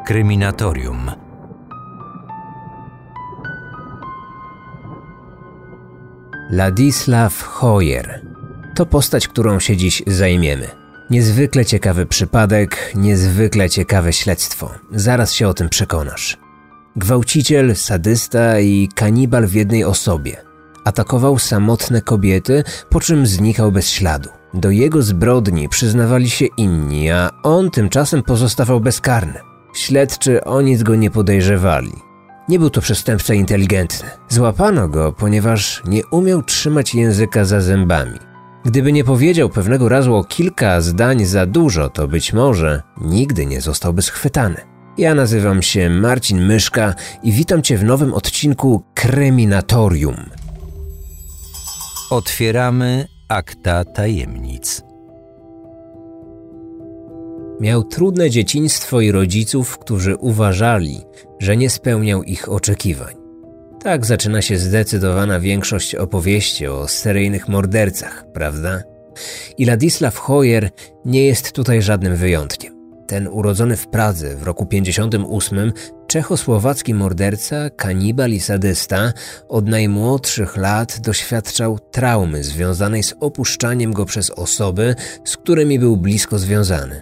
Kryminatorium. Ladisław Hoyer to postać, którą się dziś zajmiemy. Niezwykle ciekawy przypadek, niezwykle ciekawe śledztwo. Zaraz się o tym przekonasz. Gwałciciel, sadysta i kanibal w jednej osobie. Atakował samotne kobiety, po czym znikał bez śladu. Do jego zbrodni przyznawali się inni, a on tymczasem pozostawał bezkarny. Śledczy o nic go nie podejrzewali. Nie był to przestępca inteligentny. Złapano go, ponieważ nie umiał trzymać języka za zębami. Gdyby nie powiedział pewnego razu o kilka zdań za dużo, to być może nigdy nie zostałby schwytany. Ja nazywam się Marcin Myszka i witam Cię w nowym odcinku Kryminatorium. Otwieramy akta tajemnic. Miał trudne dzieciństwo i rodziców, którzy uważali, że nie spełniał ich oczekiwań. Tak zaczyna się zdecydowana większość opowieści o seryjnych mordercach, prawda? I Ladisław Hoyer nie jest tutaj żadnym wyjątkiem. Ten urodzony w Pradze w roku 58 czechosłowacki morderca, kanibal i sadysta od najmłodszych lat doświadczał traumy związanej z opuszczaniem go przez osoby, z którymi był blisko związany.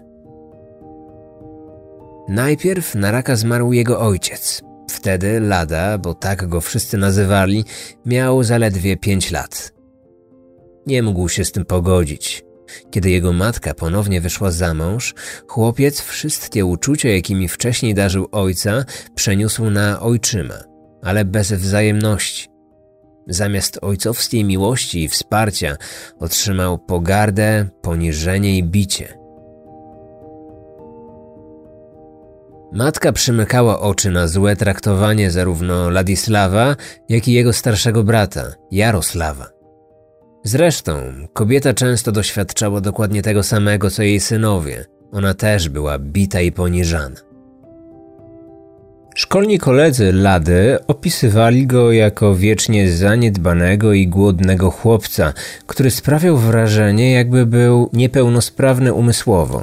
Najpierw na raka zmarł jego ojciec. Wtedy Lada, bo tak go wszyscy nazywali, miał zaledwie 5 lat. Nie mógł się z tym pogodzić. Kiedy jego matka ponownie wyszła za mąż, chłopiec wszystkie uczucia, jakimi wcześniej darzył ojca, przeniósł na ojczyma, ale bez wzajemności. Zamiast ojcowskiej miłości i wsparcia otrzymał pogardę, poniżenie i bicie. Matka przymykała oczy na złe traktowanie zarówno Ladisława, jak i jego starszego brata, Jarosława. Zresztą kobieta często doświadczała dokładnie tego samego, co jej synowie. Ona też była bita i poniżana. Szkolni koledzy Lady opisywali go jako wiecznie zaniedbanego i głodnego chłopca, który sprawiał wrażenie, jakby był niepełnosprawny umysłowo.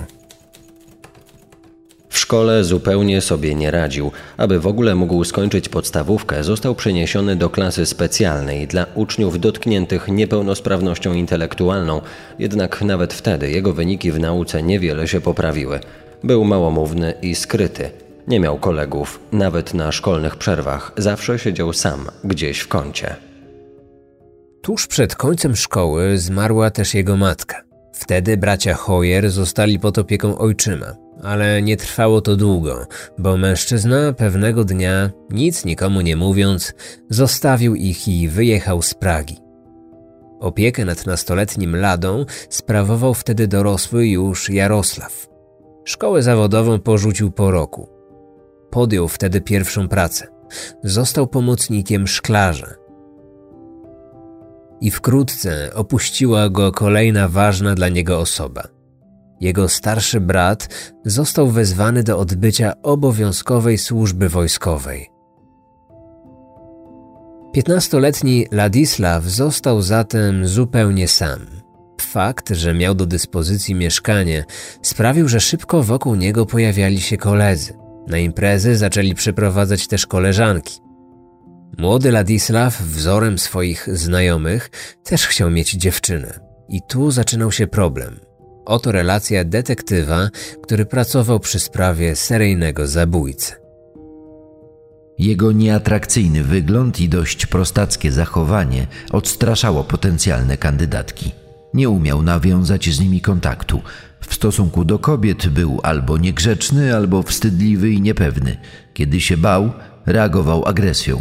W szkole zupełnie sobie nie radził. Aby w ogóle mógł skończyć podstawówkę, został przeniesiony do klasy specjalnej dla uczniów dotkniętych niepełnosprawnością intelektualną, jednak nawet wtedy jego wyniki w nauce niewiele się poprawiły. Był małomówny i skryty. Nie miał kolegów, nawet na szkolnych przerwach. Zawsze siedział sam, gdzieś w kącie. Tuż przed końcem szkoły zmarła też jego matka. Wtedy bracia Hoyer zostali pod opieką ojczyma. Ale nie trwało to długo, bo mężczyzna pewnego dnia, nic nikomu nie mówiąc, zostawił ich i wyjechał z Pragi. Opiekę nad nastoletnim Ladą sprawował wtedy dorosły już Jarosław. Szkołę zawodową porzucił po roku. Podjął wtedy pierwszą pracę. Został pomocnikiem szklarza. I wkrótce opuściła go kolejna ważna dla niego osoba. Jego starszy brat został wezwany do odbycia obowiązkowej służby wojskowej. 15-letni Ladisław został zatem zupełnie sam. Fakt, że miał do dyspozycji mieszkanie, sprawił, że szybko wokół niego pojawiali się koledzy. Na imprezy zaczęli przyprowadzać też koleżanki. Młody Ladisław, wzorem swoich znajomych, też chciał mieć dziewczynę. I tu zaczynał się problem. Oto relacja detektywa, który pracował przy sprawie seryjnego zabójcy. Jego nieatrakcyjny wygląd i dość prostackie zachowanie odstraszało potencjalne kandydatki. Nie umiał nawiązać z nimi kontaktu. W stosunku do kobiet był albo niegrzeczny, albo wstydliwy i niepewny. Kiedy się bał, reagował agresją.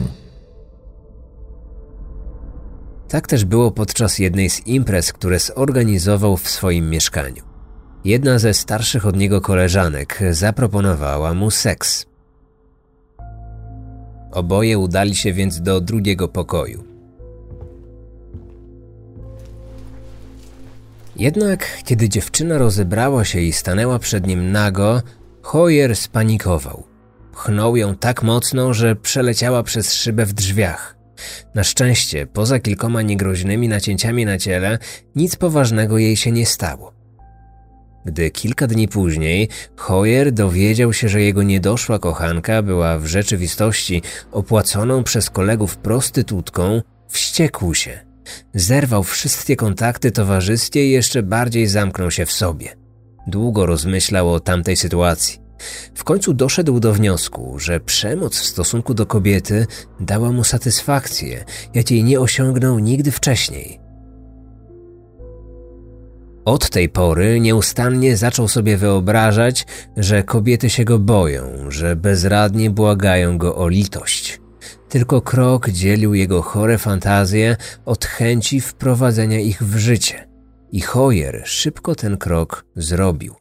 Tak też było podczas jednej z imprez, które zorganizował w swoim mieszkaniu. Jedna ze starszych od niego koleżanek zaproponowała mu seks. Oboje udali się więc do drugiego pokoju. Jednak kiedy dziewczyna rozebrała się i stanęła przed nim nago, Hoyer spanikował. Pchnął ją tak mocno, że przeleciała przez szybę w drzwiach. Na szczęście, poza kilkoma niegroźnymi nacięciami na ciele, nic poważnego jej się nie stało. Gdy kilka dni później Hoyer dowiedział się, że jego niedoszła kochanka była w rzeczywistości opłaconą przez kolegów prostytutką, wściekł się. Zerwał wszystkie kontakty towarzyskie i jeszcze bardziej zamknął się w sobie. Długo rozmyślał o tamtej sytuacji. W końcu doszedł do wniosku, że przemoc w stosunku do kobiety dała mu satysfakcję, jakiej nie osiągnął nigdy wcześniej. Od tej pory nieustannie zaczął sobie wyobrażać, że kobiety się go boją, że bezradnie błagają go o litość. Tylko krok dzielił jego chore fantazje od chęci wprowadzenia ich w życie. I Hoyer szybko ten krok zrobił.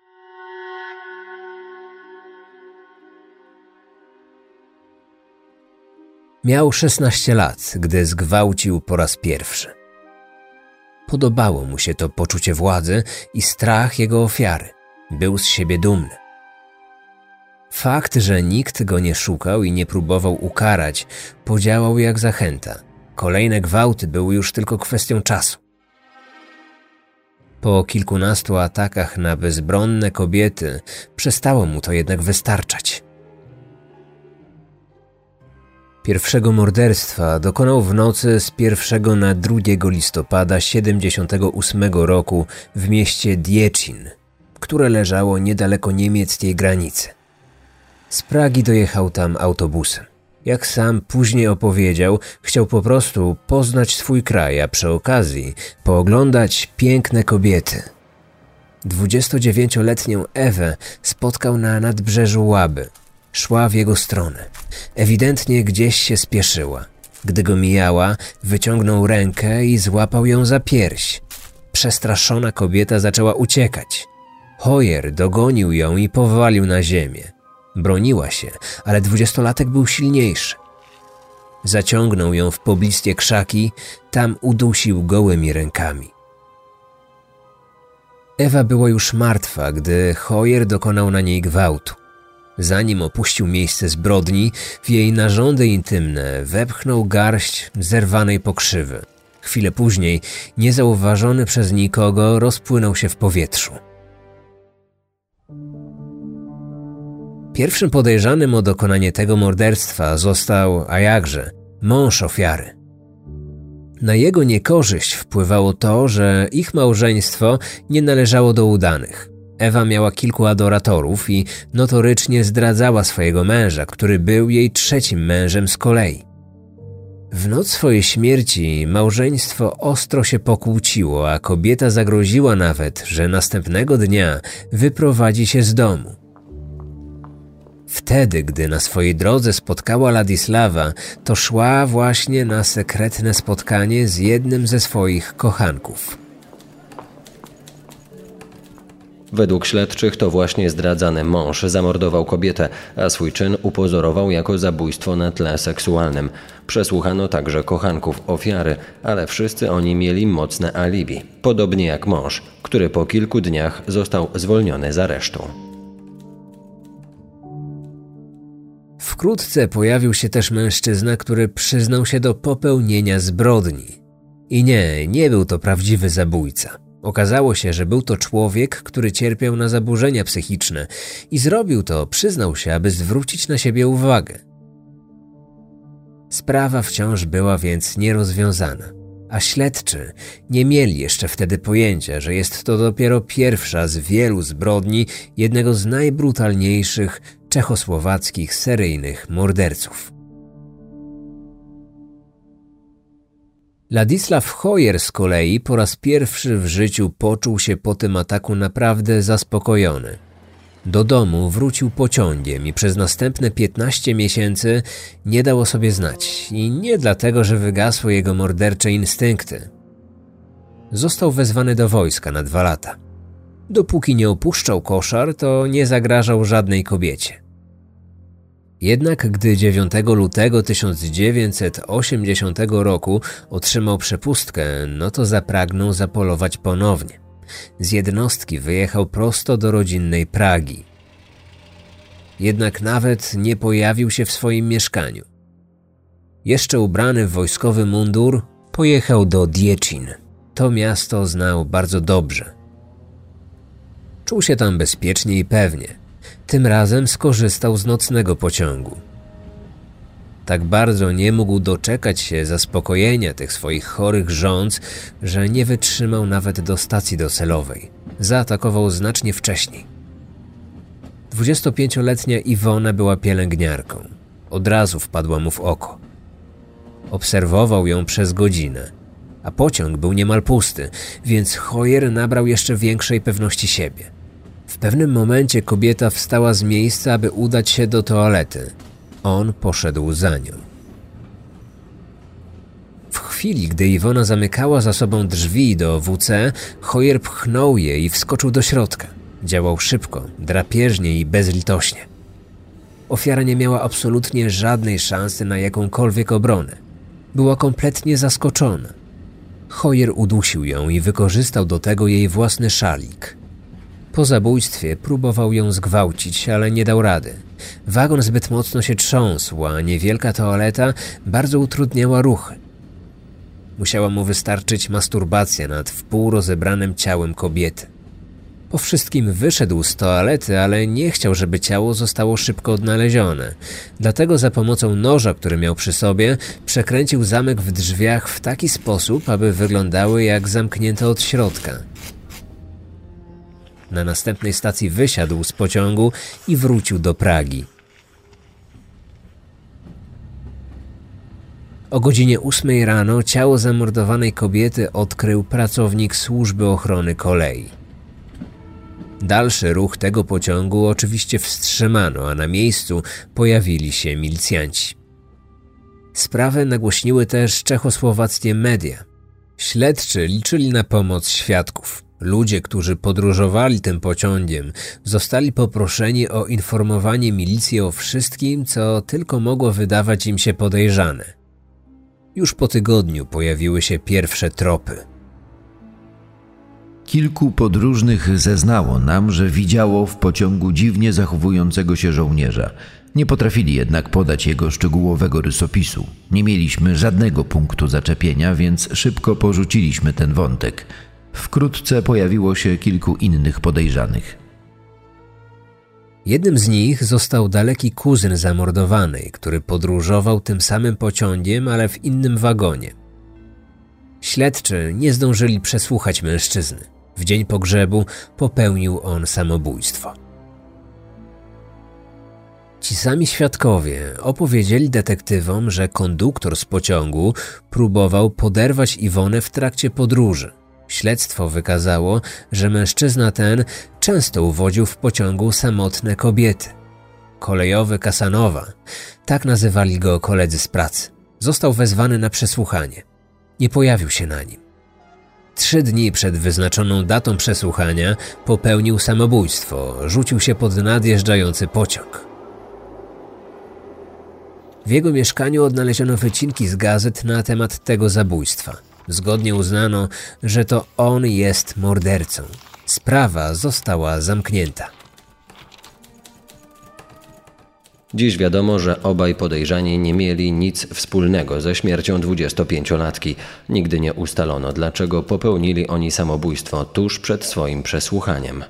Miał 16 lat, gdy zgwałcił po raz pierwszy. Podobało mu się to poczucie władzy i strach jego ofiary. Był z siebie dumny. Fakt, że nikt go nie szukał i nie próbował ukarać, podziałał jak zachęta. Kolejne gwałty były już tylko kwestią czasu. Po kilkunastu atakach na bezbronne kobiety przestało mu to jednak wystarczać. Pierwszego morderstwa dokonał w nocy z 1 na 2 listopada 1978 roku w mieście Dziecin, które leżało niedaleko niemieckiej granicy. Z Pragi dojechał tam autobusem. Jak sam później opowiedział, chciał po prostu poznać swój kraj, a przy okazji pooglądać piękne kobiety. 29-letnią Ewę spotkał na nadbrzeżu Łaby. Szła w jego stronę. Ewidentnie gdzieś się spieszyła. Gdy go mijała, wyciągnął rękę i złapał ją za pierś. Przestraszona kobieta zaczęła uciekać. Hoyer dogonił ją i powalił na ziemię. Broniła się, ale 20-latek był silniejszy. Zaciągnął ją w pobliskie krzaki, tam udusił gołymi rękami. Ewa była już martwa, gdy Hoyer dokonał na niej gwałtu. Zanim opuścił miejsce zbrodni, w jej narządy intymne wepchnął garść zerwanej pokrzywy. Chwilę później, niezauważony przez nikogo, rozpłynął się w powietrzu. Pierwszym podejrzanym o dokonanie tego morderstwa został, a jakże, mąż ofiary. Na jego niekorzyść wpływało to, że ich małżeństwo nie należało do udanych. Ewa miała kilku adoratorów i notorycznie zdradzała swojego męża, który był jej trzecim mężem z kolei. W noc swojej śmierci małżeństwo ostro się pokłóciło, a kobieta zagroziła nawet, że następnego dnia wyprowadzi się z domu. Wtedy, gdy na swojej drodze spotkała Ladisława, to szła właśnie na sekretne spotkanie z jednym ze swoich kochanków. Według śledczych to właśnie zdradzany mąż zamordował kobietę, a swój czyn upozorował jako zabójstwo na tle seksualnym. Przesłuchano także kochanków ofiary, ale wszyscy oni mieli mocne alibi, podobnie jak mąż, który po kilku dniach został zwolniony z aresztu. Wkrótce pojawił się też mężczyzna, który przyznał się do popełnienia zbrodni. I nie był to prawdziwy zabójca. Okazało się, że był to człowiek, który cierpiał na zaburzenia psychiczne i zrobił to, przyznał się, aby zwrócić na siebie uwagę. Sprawa wciąż była więc nierozwiązana, a śledczy nie mieli jeszcze wtedy pojęcia, że jest to dopiero pierwsza z wielu zbrodni jednego z najbrutalniejszych czechosłowackich seryjnych morderców. Ladisław Hoyer z kolei po raz pierwszy w życiu poczuł się po tym ataku naprawdę zaspokojony. Do domu wrócił pociągiem i przez następne 15 miesięcy nie dał o sobie znać. I nie dlatego, że wygasły jego mordercze instynkty. Został wezwany do wojska na 2 lata. Dopóki nie opuszczał koszar, to nie zagrażał żadnej kobiecie. Jednak gdy 9 lutego 1980 roku otrzymał przepustkę, no to zapragnął zapolować ponownie. Z jednostki wyjechał prosto do rodzinnej Pragi. Jednak nawet nie pojawił się w swoim mieszkaniu. Jeszcze ubrany w wojskowy mundur, pojechał do Dziecin. To miasto znał bardzo dobrze. Czuł się tam bezpiecznie i pewnie. Tym razem skorzystał z nocnego pociągu. Tak bardzo nie mógł doczekać się zaspokojenia tych swoich chorych żądz, że nie wytrzymał nawet do stacji docelowej. Zaatakował znacznie wcześniej. 25-letnia Iwona była pielęgniarką. Od razu wpadła mu w oko. Obserwował ją przez godzinę, a pociąg był niemal pusty, więc Hoyer nabrał jeszcze większej pewności siebie. W pewnym momencie kobieta wstała z miejsca, aby udać się do toalety. On poszedł za nią. W chwili, gdy Iwona zamykała za sobą drzwi do WC, Hoyer pchnął je i wskoczył do środka. Działał szybko, drapieżnie i bezlitośnie. Ofiara nie miała absolutnie żadnej szansy na jakąkolwiek obronę. Była kompletnie zaskoczona. Hoyer udusił ją i wykorzystał do tego jej własny szalik. Po zabójstwie próbował ją zgwałcić, ale nie dał rady. Wagon zbyt mocno się trząsł, a niewielka toaleta bardzo utrudniała ruchy. Musiała mu wystarczyć masturbacja nad wpół rozebranym ciałem kobiety. Po wszystkim wyszedł z toalety, ale nie chciał, żeby ciało zostało szybko odnalezione. Dlatego za pomocą noża, który miał przy sobie, przekręcił zamek w drzwiach w taki sposób, aby wyglądały jak zamknięte od środka. Na następnej stacji wysiadł z pociągu i wrócił do Pragi. O godzinie 8 rano ciało zamordowanej kobiety odkrył pracownik służby ochrony kolei. Dalszy ruch tego pociągu oczywiście wstrzymano, a na miejscu pojawili się milicjanci. Sprawę nagłośniły też czechosłowackie media. Śledczy liczyli na pomoc świadków. Ludzie, którzy podróżowali tym pociągiem, zostali poproszeni o informowanie milicji o wszystkim, co tylko mogło wydawać im się podejrzane. Już po tygodniu pojawiły się pierwsze tropy. Kilku podróżnych zeznało nam, że widziało w pociągu dziwnie zachowującego się żołnierza. Nie potrafili jednak podać jego szczegółowego rysopisu. Nie mieliśmy żadnego punktu zaczepienia, więc szybko porzuciliśmy ten wątek. Wkrótce pojawiło się kilku innych podejrzanych. Jednym z nich został daleki kuzyn zamordowanej, który podróżował tym samym pociągiem, ale w innym wagonie. Śledczy nie zdążyli przesłuchać mężczyzny. W dzień pogrzebu popełnił on samobójstwo. Ci sami świadkowie opowiedzieli detektywom, że konduktor z pociągu próbował poderwać Iwonę w trakcie podróży. Śledztwo wykazało, że mężczyzna ten często uwodził w pociągu samotne kobiety. Kolejowy Casanova, tak nazywali go koledzy z pracy, został wezwany na przesłuchanie. Nie pojawił się na nim. 3 dni przed wyznaczoną datą przesłuchania popełnił samobójstwo, rzucił się pod nadjeżdżający pociąg. W jego mieszkaniu odnaleziono wycinki z gazet na temat tego zabójstwa. Zgodnie uznano, że to on jest mordercą. Sprawa została zamknięta. Dziś wiadomo, że obaj podejrzani nie mieli nic wspólnego ze śmiercią 25-latki. Nigdy nie ustalono, dlaczego popełnili oni samobójstwo tuż przed swoim przesłuchaniem.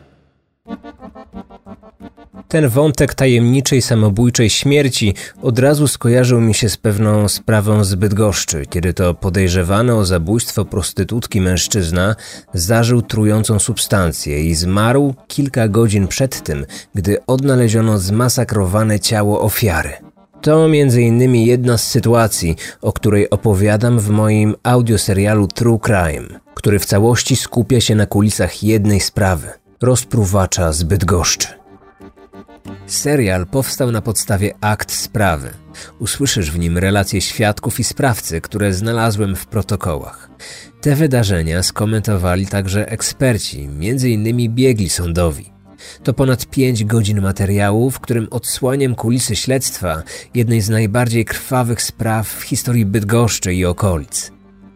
Ten wątek tajemniczej samobójczej śmierci od razu skojarzył mi się z pewną sprawą z Bydgoszczy, kiedy to podejrzewany o zabójstwo prostytutki mężczyzna zażył trującą substancję i zmarł kilka godzin przed tym, gdy odnaleziono zmasakrowane ciało ofiary. To m.in. jedna z sytuacji, o której opowiadam w moim audioserialu True Crime, który w całości skupia się na kulisach jednej sprawy – rozpruwacza z Bydgoszczy. Serial powstał na podstawie akt sprawy. Usłyszysz w nim relacje świadków i sprawcy, które znalazłem w protokołach. Te wydarzenia skomentowali także eksperci, m.in. biegli sądowi. To ponad 5 godzin materiału, w którym odsłaniam kulisy śledztwa jednej z najbardziej krwawych spraw w historii Bydgoszczy i okolic.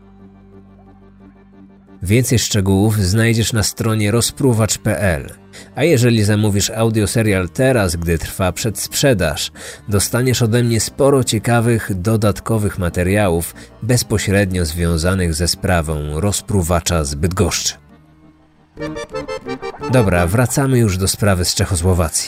Więcej szczegółów znajdziesz na stronie rozpruwacz.pl, a jeżeli zamówisz audioserial teraz, gdy trwa przedsprzedaż, dostaniesz ode mnie sporo ciekawych, dodatkowych materiałów bezpośrednio związanych ze sprawą rozpruwacza z Bydgoszczy. Dobra, wracamy już do sprawy z Czechosłowacji.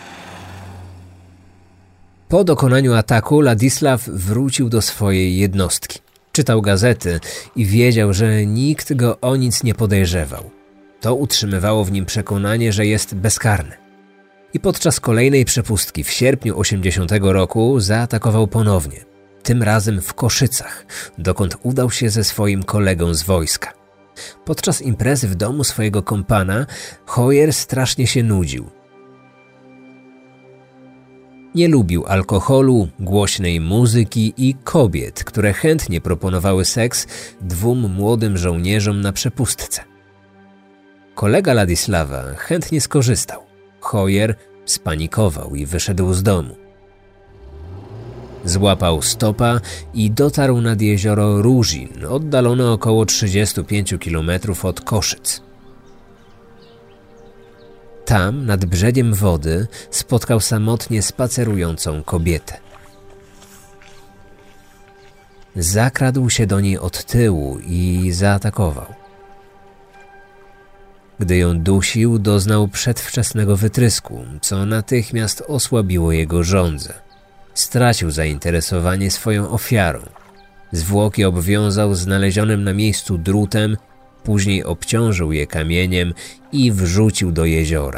Po dokonaniu ataku Ladisław wrócił do swojej jednostki. Czytał gazety i wiedział, że nikt go o nic nie podejrzewał. To utrzymywało w nim przekonanie, że jest bezkarny. I podczas kolejnej przepustki w sierpniu 80 roku zaatakował ponownie. Tym razem w Koszycach, dokąd udał się ze swoim kolegą z wojska. Podczas imprezy w domu swojego kompana Hoyer strasznie się nudził. Nie lubił alkoholu, głośnej muzyki i kobiet, które chętnie proponowały seks dwóm młodym żołnierzom na przepustce. Kolega Ladisława chętnie skorzystał. Hoyer spanikował i wyszedł z domu. Złapał stopa i dotarł nad jezioro Różin, oddalone około 35 km od Koszyc. Tam, nad brzegiem wody, spotkał samotnie spacerującą kobietę. Zakradł się do niej od tyłu i zaatakował. Gdy ją dusił, doznał przedwczesnego wytrysku, co natychmiast osłabiło jego żądzę. Stracił zainteresowanie swoją ofiarą. Zwłoki obwiązał znalezionym na miejscu drutem, później obciążył je kamieniem i wrzucił do jeziora.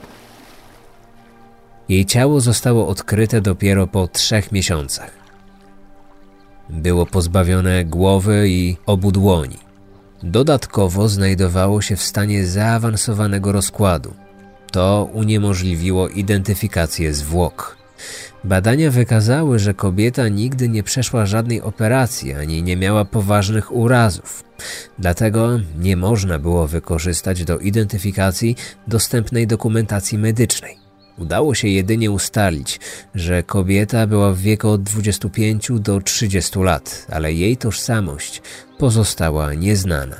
Jej ciało zostało odkryte dopiero po 3 miesiącach. Było pozbawione głowy i obu dłoni. Dodatkowo znajdowało się w stanie zaawansowanego rozkładu. To uniemożliwiło identyfikację zwłok. Badania wykazały, że kobieta nigdy nie przeszła żadnej operacji ani nie miała poważnych urazów. Dlatego nie można było wykorzystać do identyfikacji dostępnej dokumentacji medycznej. Udało się jedynie ustalić, że kobieta była w wieku od 25 do 30 lat, ale jej tożsamość pozostała nieznana.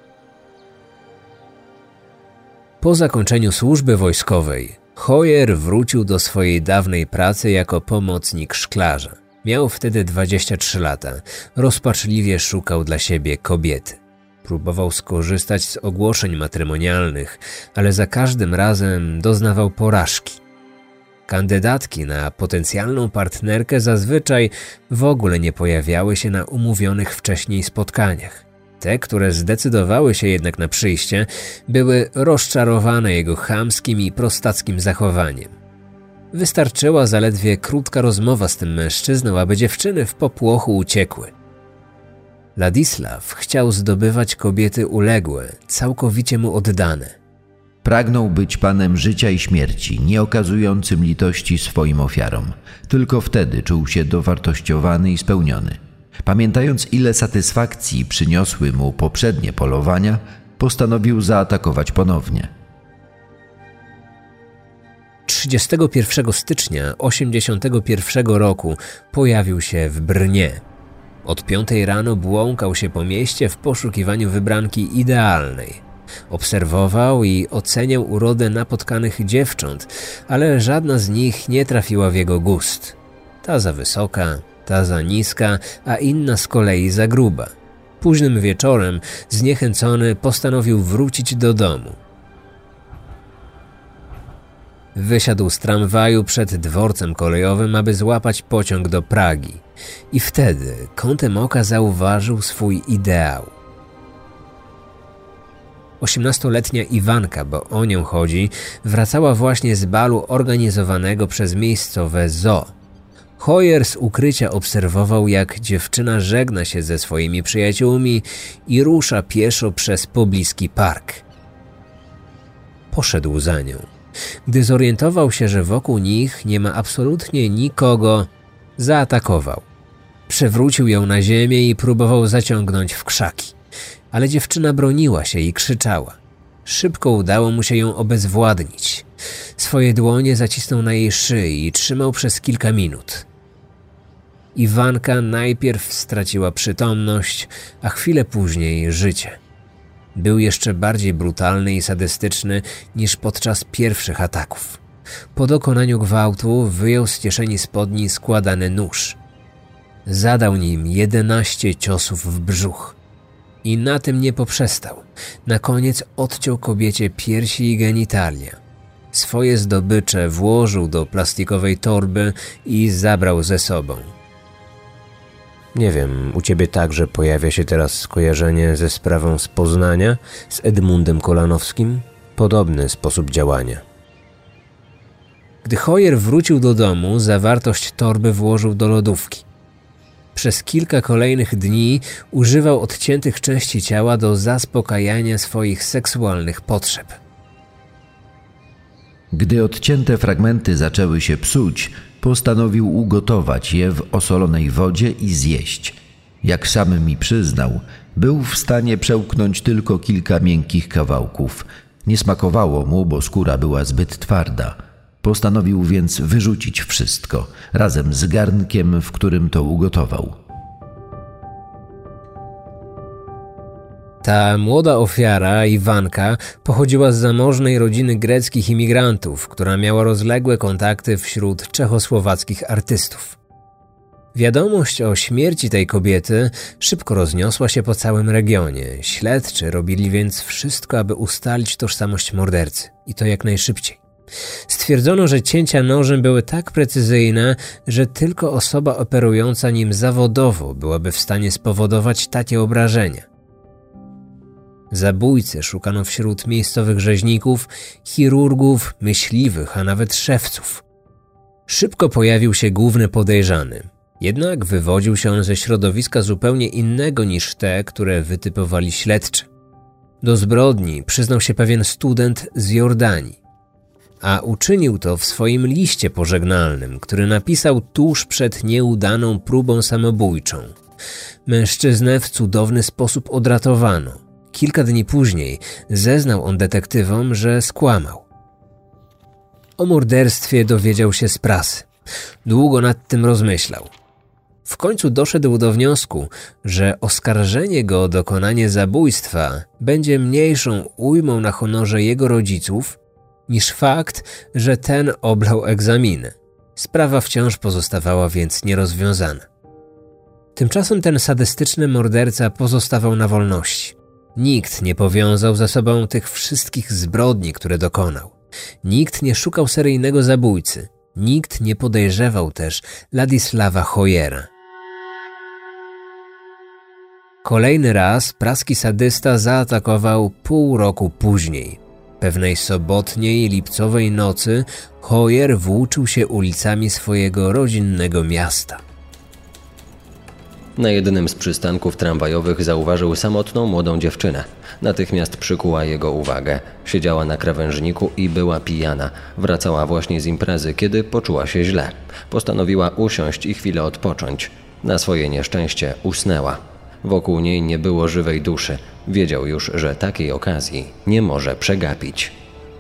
Po zakończeniu służby wojskowej Hoyer wrócił do swojej dawnej pracy jako pomocnik szklarza. Miał wtedy 23 lata. Rozpaczliwie szukał dla siebie kobiety. Próbował skorzystać z ogłoszeń matrymonialnych, ale za każdym razem doznawał porażki. Kandydatki na potencjalną partnerkę zazwyczaj w ogóle nie pojawiały się na umówionych wcześniej spotkaniach. Te, które zdecydowały się jednak na przyjście, były rozczarowane jego chamskim i prostackim zachowaniem. Wystarczyła zaledwie krótka rozmowa z tym mężczyzną, aby dziewczyny w popłochu uciekły. Ladisław chciał zdobywać kobiety uległe, całkowicie mu oddane. Pragnął być panem życia i śmierci, nie okazującym litości swoim ofiarom. Tylko wtedy czuł się dowartościowany i spełniony. Pamiętając, ile satysfakcji przyniosły mu poprzednie polowania, postanowił zaatakować ponownie. 31 stycznia 1981 roku pojawił się w Brnie. Od 5 rano błąkał się po mieście w poszukiwaniu wybranki idealnej. Obserwował i oceniał urodę napotkanych dziewcząt, ale żadna z nich nie trafiła w jego gust. Ta za wysoka, ta za niska, a inna z kolei za gruba. Późnym wieczorem, zniechęcony, postanowił wrócić do domu. Wysiadł z tramwaju przed dworcem kolejowym, aby złapać pociąg do Pragi. I wtedy kątem oka zauważył swój ideał. 18-letnia Iwanka, bo o nią chodzi, wracała właśnie z balu organizowanego przez miejscowe zoo. Hoyer z ukrycia obserwował, jak dziewczyna żegna się ze swoimi przyjaciółmi i rusza pieszo przez pobliski park. Poszedł za nią. Gdy zorientował się, że wokół nich nie ma absolutnie nikogo, zaatakował. Przewrócił ją na ziemię i próbował zaciągnąć w krzaki. Ale dziewczyna broniła się i krzyczała. Szybko udało mu się ją obezwładnić. Swoje dłonie zacisnął na jej szyi i trzymał przez kilka minut. Iwanka najpierw straciła przytomność, a chwilę później życie. Był jeszcze bardziej brutalny i sadystyczny niż podczas pierwszych ataków. Po dokonaniu gwałtu wyjął z kieszeni spodni składany nóż. Zadał nim 11 ciosów w brzuch. I na tym nie poprzestał. Na koniec odciął kobiecie piersi i genitalia. Swoje zdobycze włożył do plastikowej torby i zabrał ze sobą. Nie wiem, u ciebie także pojawia się teraz skojarzenie ze sprawą z Poznania, z Edmundem Kolanowskim? Podobny sposób działania. Gdy Hoyer wrócił do domu, zawartość torby włożył do lodówki. Przez kilka kolejnych dni używał odciętych części ciała do zaspokajania swoich seksualnych potrzeb. Gdy odcięte fragmenty zaczęły się psuć, postanowił ugotować je w osolonej wodzie i zjeść. Jak sam mi przyznał, był w stanie przełknąć tylko kilka miękkich kawałków. Nie smakowało mu, bo skóra była zbyt twarda. Postanowił więc wyrzucić wszystko, razem z garnkiem, w którym to ugotował. Ta młoda ofiara, Iwanka, pochodziła z zamożnej rodziny greckich imigrantów, która miała rozległe kontakty wśród czechosłowackich artystów. Wiadomość o śmierci tej kobiety szybko rozniosła się po całym regionie. Śledczy robili więc wszystko, aby ustalić tożsamość mordercy. I to jak najszybciej. Stwierdzono, że cięcia nożem były tak precyzyjne, że tylko osoba operująca nim zawodowo byłaby w stanie spowodować takie obrażenia. Zabójcy szukano wśród miejscowych rzeźników, chirurgów, myśliwych, a nawet szewców. Szybko pojawił się główny podejrzany. Jednak wywodził się on ze środowiska zupełnie innego niż te, które wytypowali śledczy. Do zbrodni przyznał się pewien student z Jordanii, a uczynił to w swoim liście pożegnalnym, który napisał tuż przed nieudaną próbą samobójczą. Mężczyznę w cudowny sposób odratowano. Kilka dni później zeznał on detektywom, że skłamał. O morderstwie dowiedział się z prasy. Długo nad tym rozmyślał. W końcu doszedł do wniosku, że oskarżenie go o dokonanie zabójstwa będzie mniejszą ujmą na honorze jego rodziców niż fakt, że ten oblał egzaminy. Sprawa wciąż pozostawała więc nierozwiązana. Tymczasem ten sadystyczny morderca pozostawał na wolności. Nikt nie powiązał ze sobą tych wszystkich zbrodni, które dokonał. Nikt nie szukał seryjnego zabójcy. Nikt nie podejrzewał też Ladisława Hoyera. Kolejny raz praski sadysta zaatakował pół roku później. Pewnej sobotniej, lipcowej nocy Hoyer włóczył się ulicami swojego rodzinnego miasta. Na jednym z przystanków tramwajowych zauważył samotną młodą dziewczynę. Natychmiast przykuła jego uwagę. Siedziała na krawężniku i była pijana. Wracała właśnie z imprezy, kiedy poczuła się źle. Postanowiła usiąść i chwilę odpocząć. Na swoje nieszczęście usnęła. Wokół niej nie było żywej duszy. Wiedział już, że takiej okazji nie może przegapić.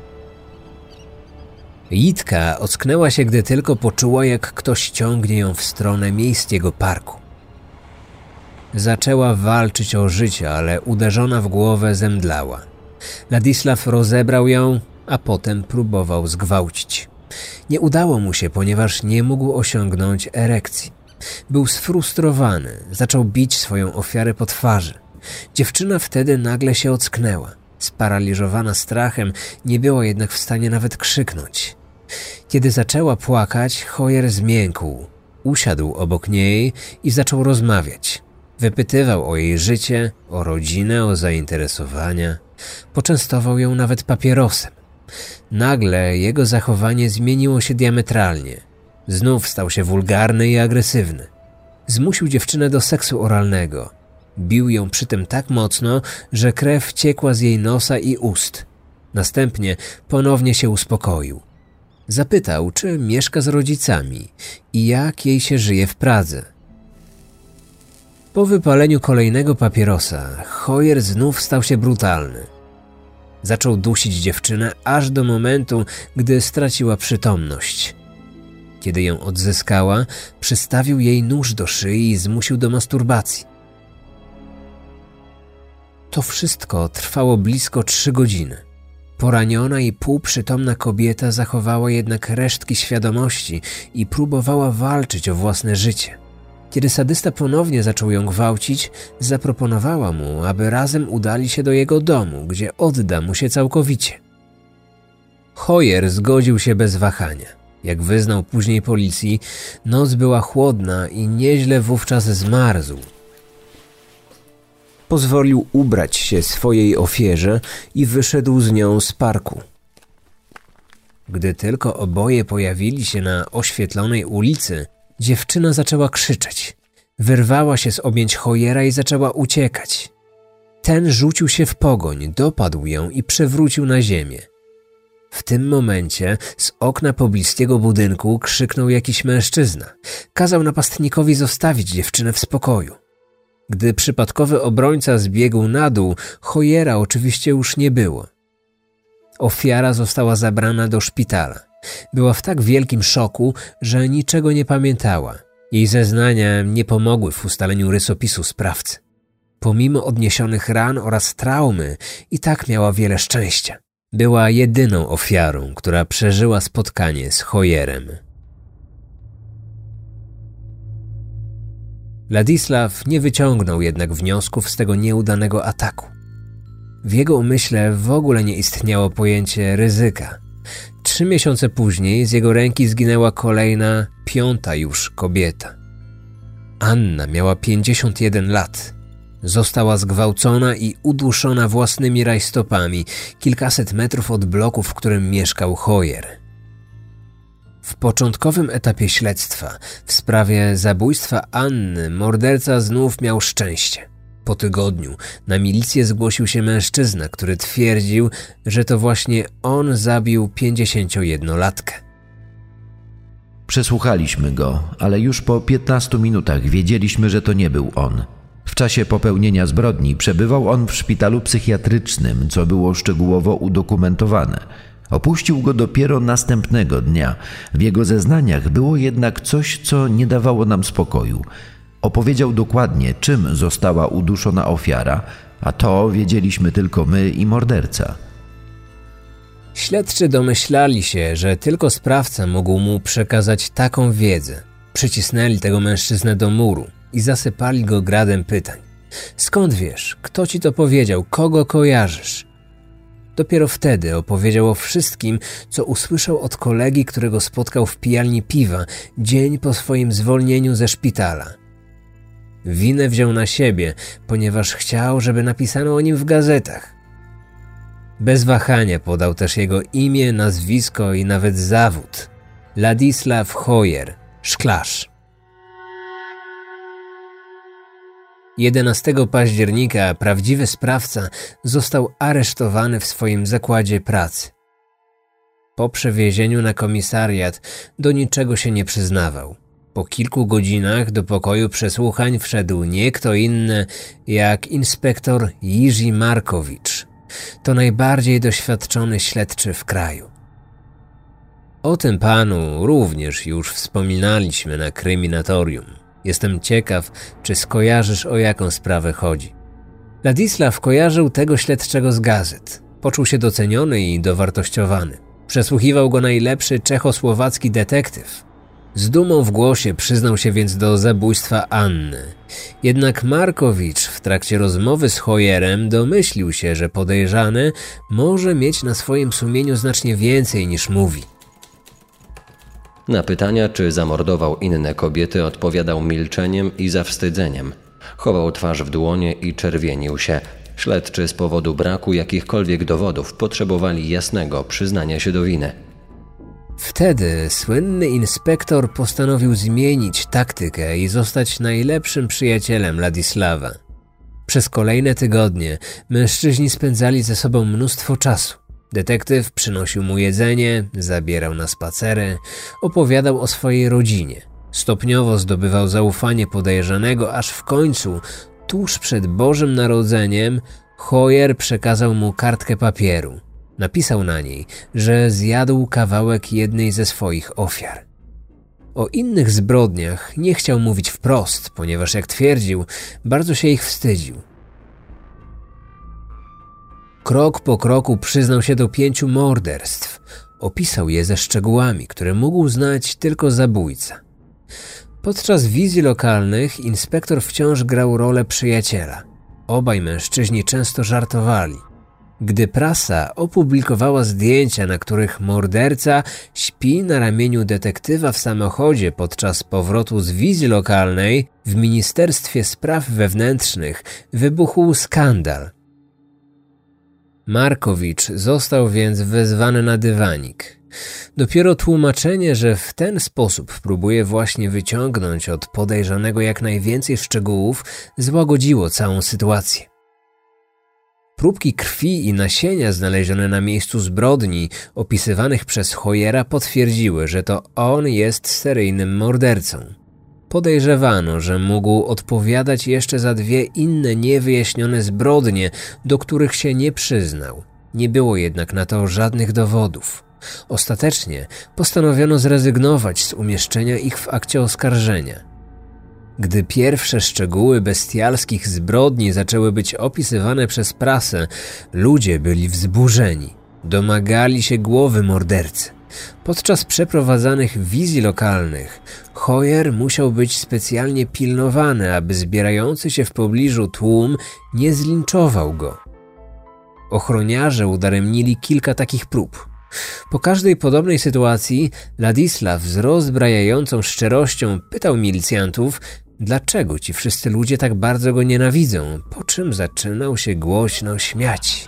Jitka ocknęła się, gdy tylko poczuła, jak ktoś ciągnie ją w stronę miejskiego parku. Zaczęła walczyć o życie, ale uderzona w głowę zemdlała. Ladisław rozebrał ją, a potem próbował zgwałcić. Nie udało mu się, ponieważ nie mógł osiągnąć erekcji. Był sfrustrowany, zaczął bić swoją ofiarę po twarzy. Dziewczyna wtedy nagle się ocknęła. Sparaliżowana strachem, nie była jednak w stanie nawet krzyknąć. Kiedy zaczęła płakać, Hoyer zmiękł. Usiadł obok niej i zaczął rozmawiać. Wypytywał o jej życie, o rodzinę, o zainteresowania. Poczęstował ją nawet papierosem. Nagle jego zachowanie zmieniło się diametralnie. Znów stał się wulgarny i agresywny. Zmusił dziewczynę do seksu oralnego. Bił ją przy tym tak mocno, że krew ciekła z jej nosa i ust. Następnie ponownie się uspokoił. Zapytał, czy mieszka z rodzicami i jak jej się żyje w Pradze. Po wypaleniu kolejnego papierosa, Hoyer znów stał się brutalny. Zaczął dusić dziewczynę aż do momentu, gdy straciła przytomność. Kiedy ją odzyskała, przystawił jej nóż do szyi i zmusił do masturbacji. To wszystko trwało blisko 3 godziny. Poraniona i półprzytomna kobieta zachowała jednak resztki świadomości i próbowała walczyć o własne życie. Kiedy sadysta ponownie zaczął ją gwałcić, zaproponowała mu, aby razem udali się do jego domu, gdzie odda mu się całkowicie. Hoyer zgodził się bez wahania. Jak wyznał później policji, noc była chłodna i nieźle wówczas zmarzł. Pozwolił ubrać się swojej ofierze i wyszedł z nią z parku. Gdy tylko oboje pojawili się na oświetlonej ulicy, dziewczyna zaczęła krzyczeć. Wyrwała się z objęć Hoyera i zaczęła uciekać. Ten rzucił się w pogoń, dopadł ją i przewrócił na ziemię. W tym momencie z okna pobliskiego budynku krzyknął jakiś mężczyzna. Kazał napastnikowi zostawić dziewczynę w spokoju. Gdy przypadkowy obrońca zbiegł na dół, Hoyera oczywiście już nie było. Ofiara została zabrana do szpitala. Była w tak wielkim szoku, że niczego nie pamiętała. Jej zeznania nie pomogły w ustaleniu rysopisu sprawcy. Pomimo odniesionych ran oraz traumy, i tak miała wiele szczęścia. Była jedyną ofiarą, która przeżyła spotkanie z Hoyerem. Ladisław nie wyciągnął jednak wniosków z tego nieudanego ataku. W jego umyśle w ogóle nie istniało pojęcie ryzyka. 3 miesiące później z jego ręki zginęła kolejna, 5. już kobieta. Anna miała 51 lat. Została zgwałcona i uduszona własnymi rajstopami kilkaset metrów od bloku, w którym mieszkał Hoyer. W początkowym etapie śledztwa w sprawie zabójstwa Anny morderca znów miał szczęście. Po tygodniu na milicję zgłosił się mężczyzna, który twierdził, że to właśnie on zabił 51-latkę. Przesłuchaliśmy go, ale już po 15 minutach wiedzieliśmy, że to nie był on. W czasie popełnienia zbrodni przebywał on w szpitalu psychiatrycznym, co było szczegółowo udokumentowane. Opuścił go dopiero następnego dnia. W jego zeznaniach było jednak coś, co nie dawało nam spokoju. Opowiedział dokładnie, czym została uduszona ofiara, a to wiedzieliśmy tylko my i morderca. Śledczy domyślali się, że tylko sprawca mógł mu przekazać taką wiedzę. Przycisnęli tego mężczyznę do muru i zasypali go gradem pytań. Skąd wiesz? Kto ci to powiedział? Kogo kojarzysz? Dopiero wtedy opowiedział o wszystkim, co usłyszał od kolegi, którego spotkał w pijalni piwa dzień po swoim zwolnieniu ze szpitala. Winę wziął na siebie, ponieważ chciał, żeby napisano o nim w gazetach. Bez wahania podał też jego imię, nazwisko i nawet zawód. Ladisław Hoyer, szklarz. 11 października prawdziwy sprawca został aresztowany w swoim zakładzie pracy. Po przewiezieniu na komisariat do niczego się nie przyznawał. Po kilku godzinach do pokoju przesłuchań wszedł nie kto inny jak inspektor Jiří Markowicz. To najbardziej doświadczony śledczy w kraju. O tym panu również już wspominaliśmy na kryminatorium. Jestem ciekaw, czy skojarzysz, o jaką sprawę chodzi. Ladisław kojarzył tego śledczego z gazet. Poczuł się doceniony i dowartościowany. Przesłuchiwał go najlepszy czechosłowacki detektyw. Z dumą w głosie przyznał się więc do zabójstwa Anny. Jednak Markowicz w trakcie rozmowy z Hoyerem domyślił się, że podejrzany może mieć na swoim sumieniu znacznie więcej niż mówi. Na pytania, czy zamordował inne kobiety, odpowiadał milczeniem i zawstydzeniem. Chował twarz w dłonie i czerwienił się. Śledczy z powodu braku jakichkolwiek dowodów potrzebowali jasnego przyznania się do winy. Wtedy słynny inspektor postanowił zmienić taktykę i zostać najlepszym przyjacielem Ladisława. Przez kolejne tygodnie mężczyźni spędzali ze sobą mnóstwo czasu. Detektyw przynosił mu jedzenie, zabierał na spacery, opowiadał o swojej rodzinie. Stopniowo zdobywał zaufanie podejrzanego, aż w końcu, tuż przed Bożym Narodzeniem, Hoyer przekazał mu kartkę papieru. Napisał na niej, że zjadł kawałek jednej ze swoich ofiar. O innych zbrodniach nie chciał mówić wprost, ponieważ, jak twierdził, bardzo się ich wstydził. Krok po kroku przyznał się do 5 morderstw. Opisał je ze szczegółami, które mógł znać tylko zabójca. Podczas wizji lokalnych inspektor wciąż grał rolę przyjaciela. Obaj mężczyźni często żartowali. Gdy prasa opublikowała zdjęcia, na których morderca śpi na ramieniu detektywa w samochodzie podczas powrotu z wizji lokalnej, w Ministerstwie Spraw Wewnętrznych wybuchł skandal. Markowicz został więc wezwany na dywanik. Dopiero tłumaczenie, że w ten sposób próbuje właśnie wyciągnąć od podejrzanego jak najwięcej szczegółów, złagodziło całą sytuację. Próbki krwi i nasienia znalezione na miejscu zbrodni, opisywanych przez Hoyera, potwierdziły, że to on jest seryjnym mordercą. Podejrzewano, że mógł odpowiadać jeszcze za 2 inne niewyjaśnione zbrodnie, do których się nie przyznał. Nie było jednak na to żadnych dowodów. Ostatecznie postanowiono zrezygnować z umieszczenia ich w akcie oskarżenia. Gdy pierwsze szczegóły bestialskich zbrodni zaczęły być opisywane przez prasę, ludzie byli wzburzeni. Domagali się głowy mordercy. Podczas przeprowadzanych wizji lokalnych Hoyer musiał być specjalnie pilnowany, aby zbierający się w pobliżu tłum nie zlinczował go. Ochroniarze udaremnili kilka takich prób. Po każdej podobnej sytuacji Ladisław z rozbrajającą szczerością pytał milicjantów, dlaczego ci wszyscy ludzie tak bardzo go nienawidzą, po czym zaczynał się głośno śmiać.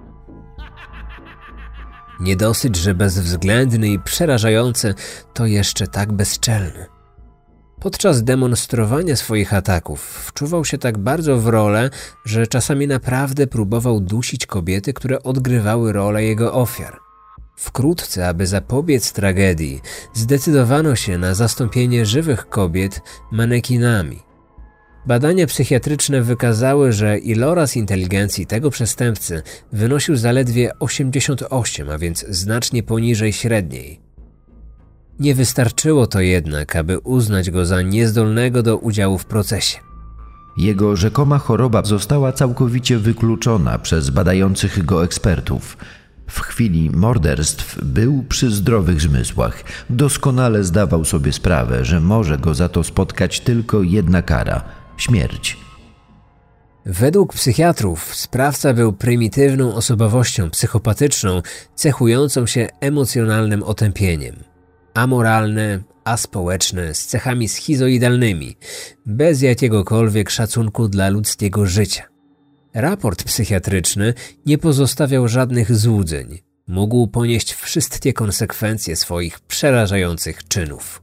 Nie dosyć, że bezwzględny i przerażający, to jeszcze tak bezczelny. Podczas demonstrowania swoich ataków wczuwał się tak bardzo w rolę, że czasami naprawdę próbował dusić kobiety, które odgrywały rolę jego ofiar. Wkrótce, aby zapobiec tragedii, zdecydowano się na zastąpienie żywych kobiet manekinami. Badania psychiatryczne wykazały, że iloraz inteligencji tego przestępcy wynosił zaledwie 88, a więc znacznie poniżej średniej. Nie wystarczyło to jednak, aby uznać go za niezdolnego do udziału w procesie. Jego rzekoma choroba została całkowicie wykluczona przez badających go ekspertów. W chwili morderstw był przy zdrowych zmysłach. Doskonale zdawał sobie sprawę, że może go za to spotkać tylko jedna kara – śmierć. Według psychiatrów sprawca był prymitywną osobowością psychopatyczną, cechującą się emocjonalnym otępieniem. Amoralny, aspołeczny, z cechami schizoidalnymi, bez jakiegokolwiek szacunku dla ludzkiego życia. Raport psychiatryczny nie pozostawiał żadnych złudzeń. Mógł ponieść wszystkie konsekwencje swoich przerażających czynów.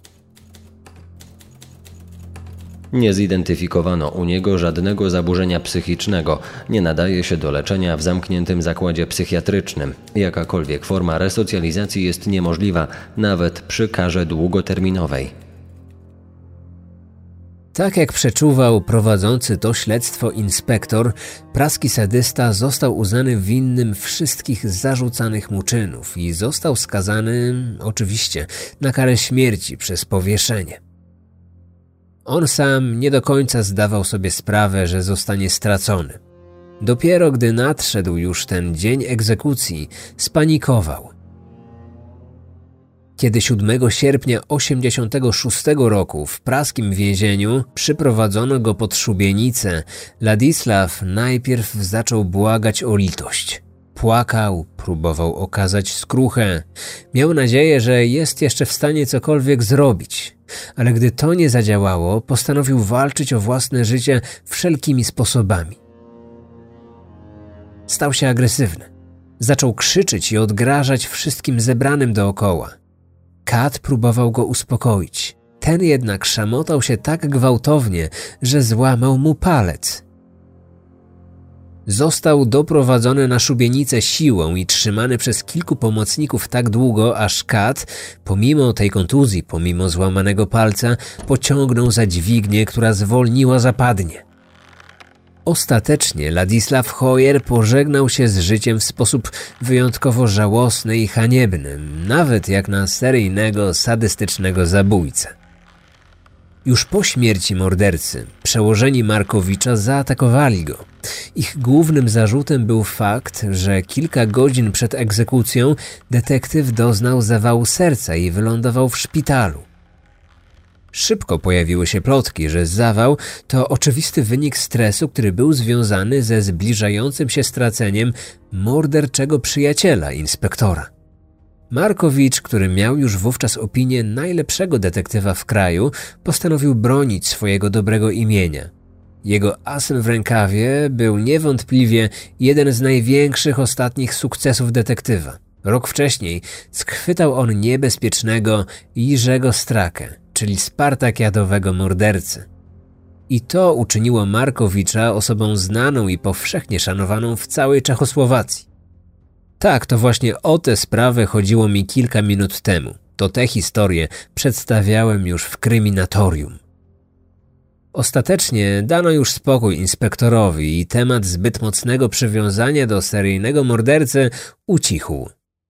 Nie zidentyfikowano u niego żadnego zaburzenia psychicznego, nie nadaje się do leczenia w zamkniętym zakładzie psychiatrycznym. Jakakolwiek forma resocjalizacji jest niemożliwa, nawet przy karze długoterminowej. Tak jak przeczuwał prowadzący to śledztwo inspektor, praski sadysta został uznany winnym wszystkich zarzucanych mu czynów i został skazany, oczywiście, na karę śmierci przez powieszenie. On sam nie do końca zdawał sobie sprawę, że zostanie stracony. Dopiero gdy nadszedł już ten dzień egzekucji, spanikował. Kiedy 7 sierpnia 1986 roku w praskim więzieniu przyprowadzono go pod szubienicę, Ladisław najpierw zaczął błagać o litość. Płakał, próbował okazać skruchę. Miał nadzieję, że jest jeszcze w stanie cokolwiek zrobić. Ale gdy to nie zadziałało, postanowił walczyć o własne życie wszelkimi sposobami. Stał się agresywny. Zaczął krzyczeć i odgrażać wszystkim zebranym dookoła. Kat próbował go uspokoić. Ten jednak szamotał się tak gwałtownie, że złamał mu palec. Został doprowadzony na szubienicę siłą i trzymany przez kilku pomocników tak długo, aż Kat, pomimo tej kontuzji, pomimo złamanego palca, pociągnął za dźwignię, która zwolniła zapadnie. Ostatecznie Ladisław Hoyer pożegnał się z życiem w sposób wyjątkowo żałosny i haniebny, nawet jak na seryjnego, sadystycznego zabójcę. Już po śmierci mordercy przełożeni Markowicza zaatakowali go. Ich głównym zarzutem był fakt, że kilka godzin przed egzekucją detektyw doznał zawału serca i wylądował w szpitalu. Szybko pojawiły się plotki, że zawał to oczywisty wynik stresu, który był związany ze zbliżającym się straceniem morderczego przyjaciela inspektora. Markowicz, który miał już wówczas opinię najlepszego detektywa w kraju, postanowił bronić swojego dobrego imienia. Jego asem w rękawie był niewątpliwie jeden z największych ostatnich sukcesów detektywa. Rok wcześniej schwytał on niebezpiecznego Jerzego Strakę, czyli spartakiadowego mordercę. I to uczyniło Markowicza osobą znaną i powszechnie szanowaną w całej Czechosłowacji. Tak, to właśnie o tę sprawę chodziło mi kilka minut temu. To tę historię przedstawiałem już w kryminatorium. Ostatecznie dano już spokój inspektorowi i temat zbyt mocnego przywiązania do seryjnego mordercy ucichł.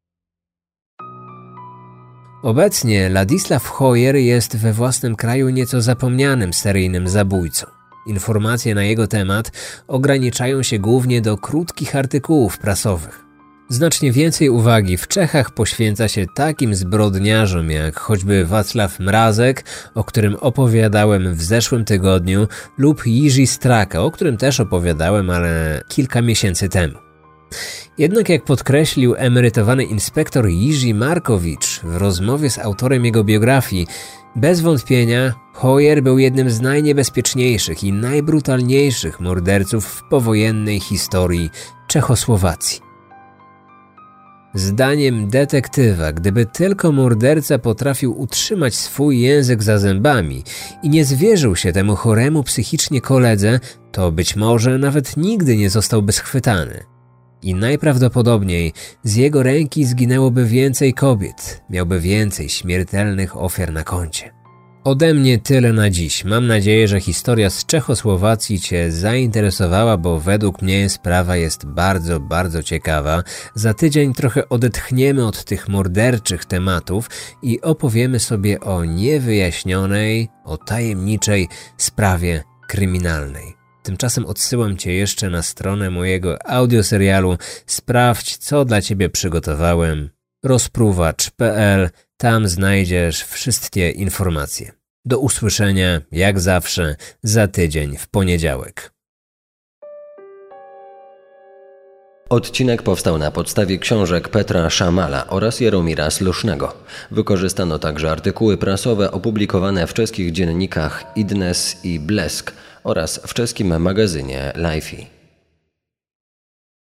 Obecnie Ladisław Hoyer jest we własnym kraju nieco zapomnianym seryjnym zabójcą. Informacje na jego temat ograniczają się głównie do krótkich artykułów prasowych. Znacznie więcej uwagi w Czechach poświęca się takim zbrodniarzom jak choćby Wacław Mrazek, o którym opowiadałem w zeszłym tygodniu, lub Jerzy Straka, o którym też opowiadałem, ale kilka miesięcy temu. Jednak jak podkreślił emerytowany inspektor Jerzy Markowicz w rozmowie z autorem jego biografii, bez wątpienia Hoyer był jednym z najniebezpieczniejszych i najbrutalniejszych morderców w powojennej historii Czechosłowacji. Zdaniem detektywa, gdyby tylko morderca potrafił utrzymać swój język za zębami i nie zwierzył się temu choremu psychicznie koledze, to być może nawet nigdy nie zostałby schwytany. I najprawdopodobniej z jego ręki zginęłoby więcej kobiet, miałby więcej śmiertelnych ofiar na koncie. Ode mnie tyle na dziś. Mam nadzieję, że historia z Czechosłowacji Cię zainteresowała, bo według mnie sprawa jest bardzo, bardzo ciekawa. Za tydzień trochę odetchniemy od tych morderczych tematów i opowiemy sobie o niewyjaśnionej, o tajemniczej sprawie kryminalnej. Tymczasem odsyłam Cię jeszcze na stronę mojego audioserialu. Sprawdź, co dla Ciebie przygotowałem. rozpruwacz.pl. Tam znajdziesz wszystkie informacje. Do usłyszenia, jak zawsze, za tydzień w poniedziałek. Odcinek powstał na podstawie książek Petra Szamala oraz Jaromira Slusznego. Wykorzystano także artykuły prasowe opublikowane w czeskich dziennikach Idnes i Blesk oraz w czeskim magazynie Lifey.